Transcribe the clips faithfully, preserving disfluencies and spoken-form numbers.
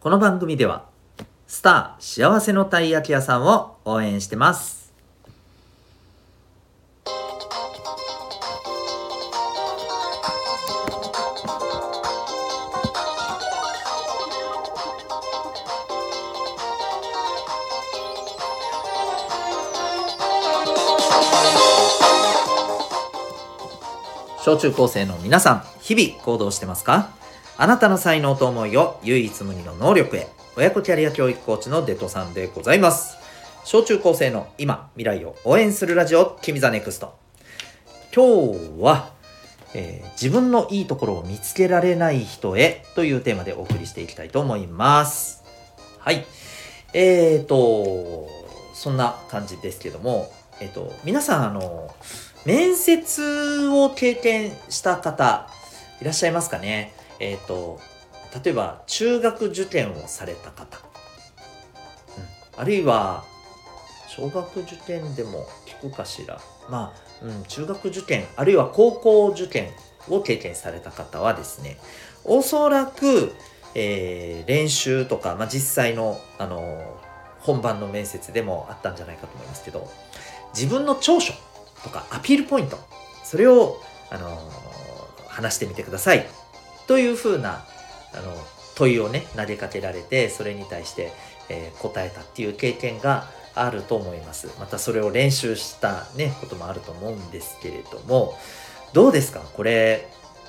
この番組ではスター幸せのたい焼き屋さんを応援してます。小中高生の皆さん、日々行動してますか？あなたの才能と思いを唯一無二の能力へ。親子キャリア教育コーチのデトさんでございます。小中高生の今未来を応援するラジオ、君ザネクスト。今日は、えー、自分のいいところを見つけられない人へというテーマでお送りしていきたいと思います。はいえーとそんな感じですけども、えっ、ー、と皆さんあの面接を経験した方いらっしゃいますかね。えっ、ー、と例えば中学受験をされた方、うん、あるいは小学受験でも聞くかしら。まあ、うん、中学受験あるいは高校受験を経験された方はですね、おそらく、えー、練習とか、まあ、実際の、あのー、本番の面接でもあったんじゃないかと思いますけど、自分の長所とかアピールポイント、それを、あのー、話してみてくださいというふうなあの問いをね投げかけられて、それに対して、えー、答えたっていう経験があると思います。またそれを練習したねこともあると思うんですけれども、どうですかこれ。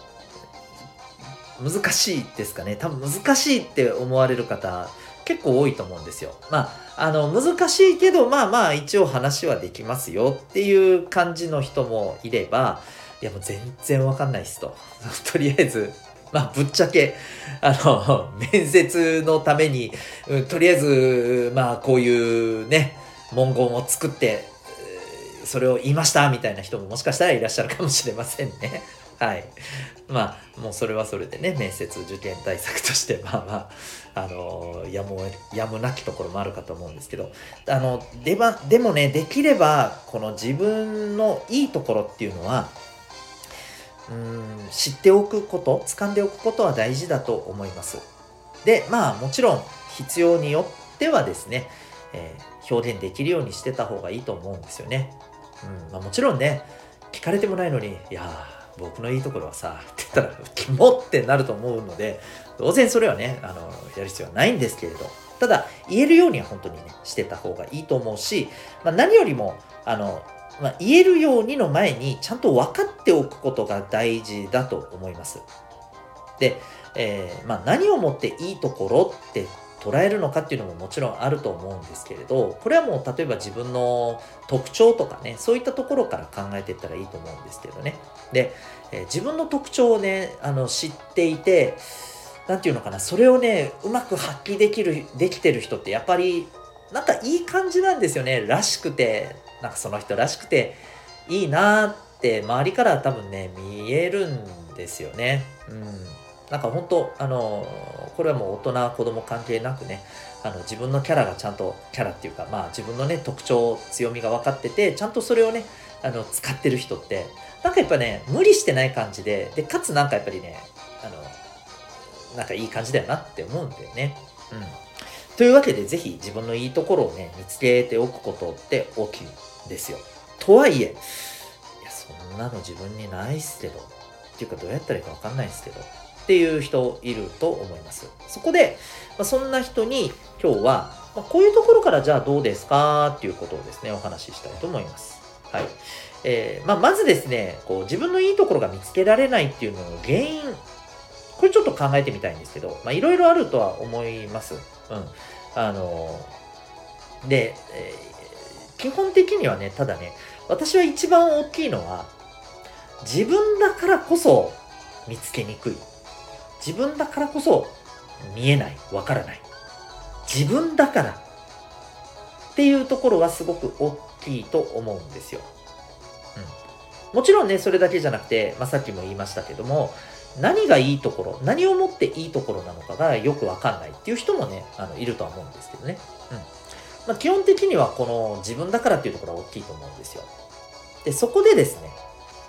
難しいですかね。多分難しいって思われる方結構多いと思うんですよ。まああの難しいけどまあまあ一応話はできますよっていう感じの人もいれば、いやもう全然わかんないっすととりあえずまあぶっちゃけあの面接のために、うん、とりあえずまあこういうね文言を作ってそれを言いましたみたいな人ももしかしたらいらっしゃるかもしれませんね。はい。まあもうそれはそれでね、面接受験対策としてまあまああのやむやむなきところもあるかと思うんですけど、あのでばでもね、できればこの自分のいいところっていうのはうーん知っておくこと、掴んでおくことは大事だと思います。で、まあもちろん必要によってはですね、えー、表現できるようにしてた方がいいと思うんですよね。うんまあ、もちろんね、聞かれてもないのに、いやー僕のいいところはさって言ったらキモってなると思うので、当然それはねあのやる必要はないんですけれど、ただ言えるようには本当にねしてた方がいいと思うし、まあ、何よりもあのまあ、言えるようにの前にちゃんと分かっておくことが大事だと思います。で、えーまあ、何をもっていいところって捉えるのかっていうのももちろんあると思うんですけれど、これはもう例えば自分の特徴とかね、そういったところから考えていったらいいと思うんですけどね。で、えー自分の特徴をねあの知っていて、なんていうのかな、それをねうまく発揮できるできてる人ってやっぱりなんかいい感じなんですよね。らしくて、なんかその人らしくていいなって周りから多分ね見えるんですよね。うん。なんか本当あのこれはもう大人子供関係なくね、あの自分のキャラがちゃんとキャラっていうかまあ自分のね特徴強みが分かってて、ちゃんとそれをねあの使ってる人ってなんかやっぱね無理してない感じで、でかつなんかやっぱりねあのなんかいい感じだよなって思うんだよね。うん。というわけでぜひ自分のいいところをね見つけておくことって大きいんですよ。とはいえ、いやそんなの自分にないっすけどっていうかどうやったらいいか分かんないっすけどっていう人いると思います。そこで、まあ、そんな人に今日は、まあ、こういうところからじゃあどうですかっていうことをですねお話ししたいと思います。はい。えーまあ、まずですねこう自分のいいところが見つけられないっていうのの原因、これちょっと考えてみたいんですけど、まあいろいろあるとは思います。うん。あので、えー基本的にはね、ただね、私は一番大きいのは、自分だからこそ見つけにくい。自分だからこそ見えない、わからない。自分だからっていうところはすごく大きいと思うんですよ。うん。もちろんね、それだけじゃなくて、まあ、さっきも言いましたけども、何がいいところ、何をもっていいところなのかがよくわかんないっていう人もね、あのいるとは思うんですけどね。うん。まあ、基本的にはこの自分だからっていうところは大きいと思うんですよ。で、そこでですね、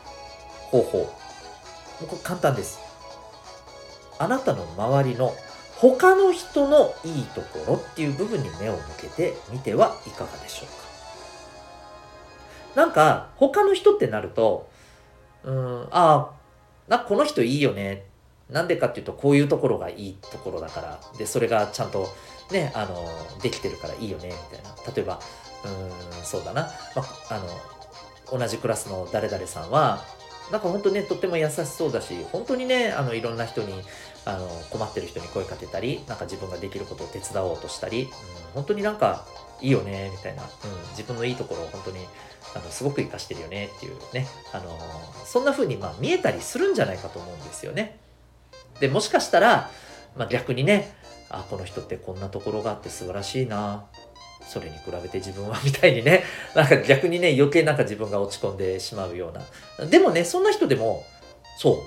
方法。もうこれ簡単です。あなたの周りの他の人のいいところっていう部分に目を向けてみてはいかがでしょうか。なんか他の人ってなると、うーん、ああ、なこの人いいよね。なんでかっていうと、こういうところがいいところだから、でそれがちゃんとね、あのできてるからいいよねみたいな。例えば、うーん、そうだな、まあの同じクラスの誰々さんはなんか本当ね、とっても優しそうだし、本当にね、あのいろんな人にあの困ってる人に声かけたり、なんか自分ができることを手伝おうとしたり、うん、本当になんかいいよねみたいな、うん、自分のいいところを本当にあのすごく活かしてるよねっていうね、あのそんな風にまあ見えたりするんじゃないかと思うんですよね。でもしかしたら、まあ、逆にね、あこの人ってこんなところがあって素晴らしいな、それに比べて自分はみたいにね、なんか逆にね、余計なんか自分が落ち込んでしまうような。でもね、そんな人でも、そう、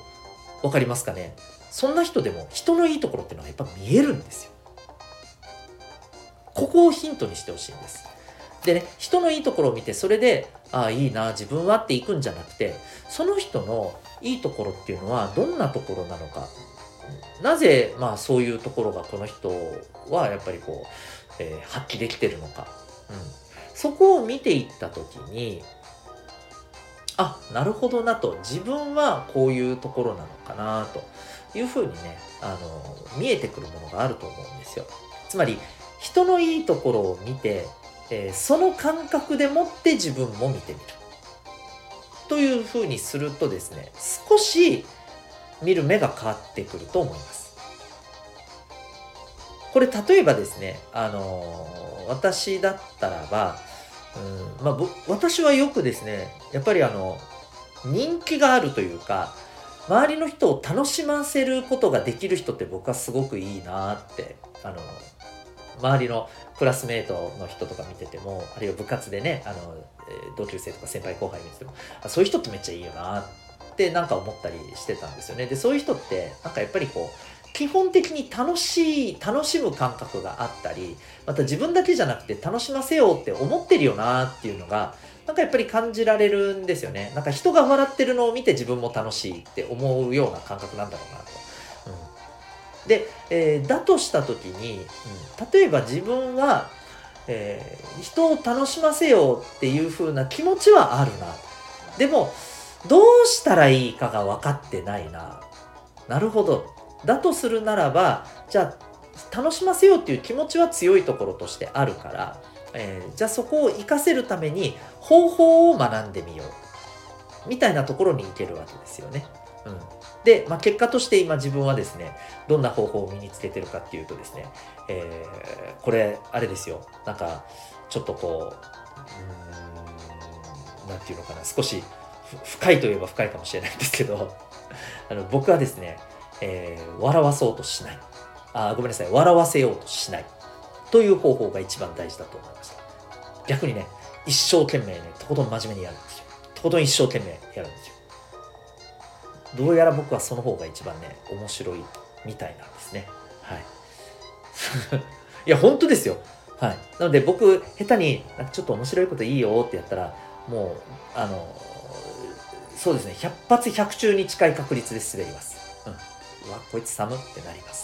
わかりますかね。そんな人でも人のいいところっていうのはやっぱ見えるんですよ。ここをヒントにしてほしいんです。でね、人のいいところを見て、それで、ああ、いいな、自分はっていくんじゃなくて、その人のいいところっていうのはどんなところなのか。なぜ、まあそういうところがこの人はやっぱりこう、えー発揮できてるのか。うん。そこを見ていったときに、あ、なるほどなと、自分はこういうところなのかなというふうにね、あの、見えてくるものがあると思うんですよ。つまり、人のいいところを見て、えーその感覚でもって自分も見てみる。というふうにするとですね、少し見る目が変わってくると思います。これ例えばですね、あのー私だったらば、うん、まあ、ぼ私はよくですね、やっぱりあの、人気があるというか、周りの人を楽しませることができる人って僕はすごくいいなって、あの、周りのクラスメートの人とか見てても、あるいは部活でね、あの、えー同級生とか先輩後輩見てても、あそういう人ってめっちゃいいよなってなんか思ったりしてたんですよね。で、そういう人って、なんかやっぱりこう、基本的に楽しい、楽しむ感覚があったり、また自分だけじゃなくて楽しませようって思ってるよなっていうのが、なんかやっぱり感じられるんですよね。なんか人が笑ってるのを見て自分も楽しいって思うような感覚なんだろうなと。うん、で、えーだとした時に、うん、例えば自分は、えー人を楽しませようっていう風な気持ちはあるな。でも、どうしたらいいかが分かってないな。なるほど。だとするならば、じゃあ、楽しませようっていう気持ちは強いところとしてあるから、えーじゃあそこを活かせるために方法を学んでみよう。みたいなところに行けるわけですよね。うん。で、まあ、結果として今自分はですね、どんな方法を身につけてるかっていうとですね、えーこれ、あれですよ。なんか、ちょっとこう、うーん、なんていうのかな、少しふ深いといえば深いかもしれないんですけど、あの僕はですね、えー笑わそうとしない。あ、ごめんなさい。笑わせようとしない。という方法が一番大事だと思いました。逆にね、一生懸命ね、とことん真面目にやるんですよ。とことん一生懸命やるんですよ。どうやら僕はその方が一番ね、面白いみたいなんですね。はい。いや、本当ですよ。はい。なので僕、下手に、なんかちょっと面白いこといいよってやったら、もう、あの、そうですね、ひゃく発ひゃく中に近い確率で滑ります。うん。うわ、こいつ寒ってなります。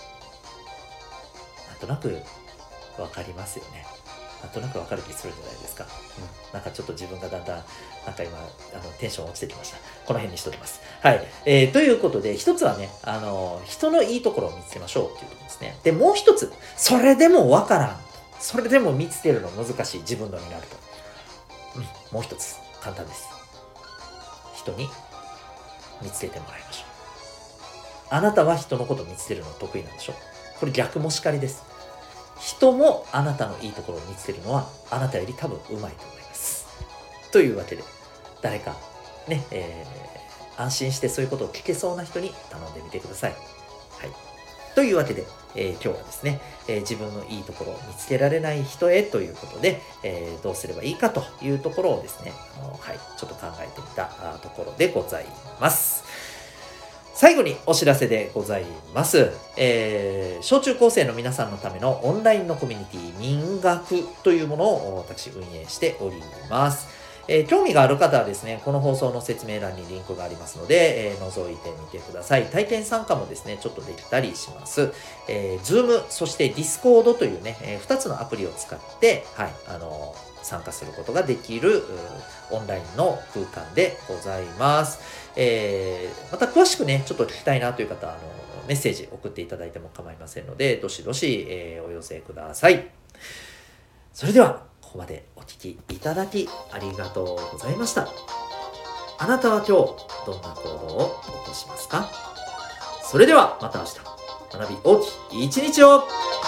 なんとなくわかりますよね。なんとなくわかる気するんじゃないですか。うん。なんかちょっと自分がだんだん、なんか今、あの、テンション落ちてきました。この辺にしときます。はい。えー、ということで、一つはね、あの、人のいいところを見つけましょうっていうことですね。で、もう一つ、それでもわからんと。それでも見つけるの難しい自分のになると。うん。もう一つ、簡単です。人に見つけてもらいましょう。あなたは人のことを見つけるの得意なんでしょ？これ逆もしかりです。人もあなたのいいところを見つけるのはあなたより多分うまいと思います。というわけで、誰かね、えー、安心してそういうことを聞けそうな人に頼んでみてください。はい。というわけで、えー今日はですね、えー自分のいいところを見つけられない人へということで、えーどうすればいいかというところをですね、あのはい、ちょっと考えてみたあところでございます。最後にお知らせでございます。えー小中高生の皆さんのためのオンラインのコミュニティ民学というものを私運営しております。 えー、興味がある方はですね、この放送の説明欄にリンクがありますので、えー、覗いてみてください。体験参加もですね、ちょっとできたりします。えー、Zoom、そして Discord というね、えー、ふたつのアプリを使って、はい、あのー、参加することができるオンラインの空間でございます。えー、また詳しくね、ちょっと聞きたいなという方は、あのメッセージ送っていただいても構いませんので、どしどし、えー、お寄せください。それでは、ここまでお聞きいただきありがとうございました。あなたは今日、どんな行動を起こしますか？それでは、また明日、学び大きい一日を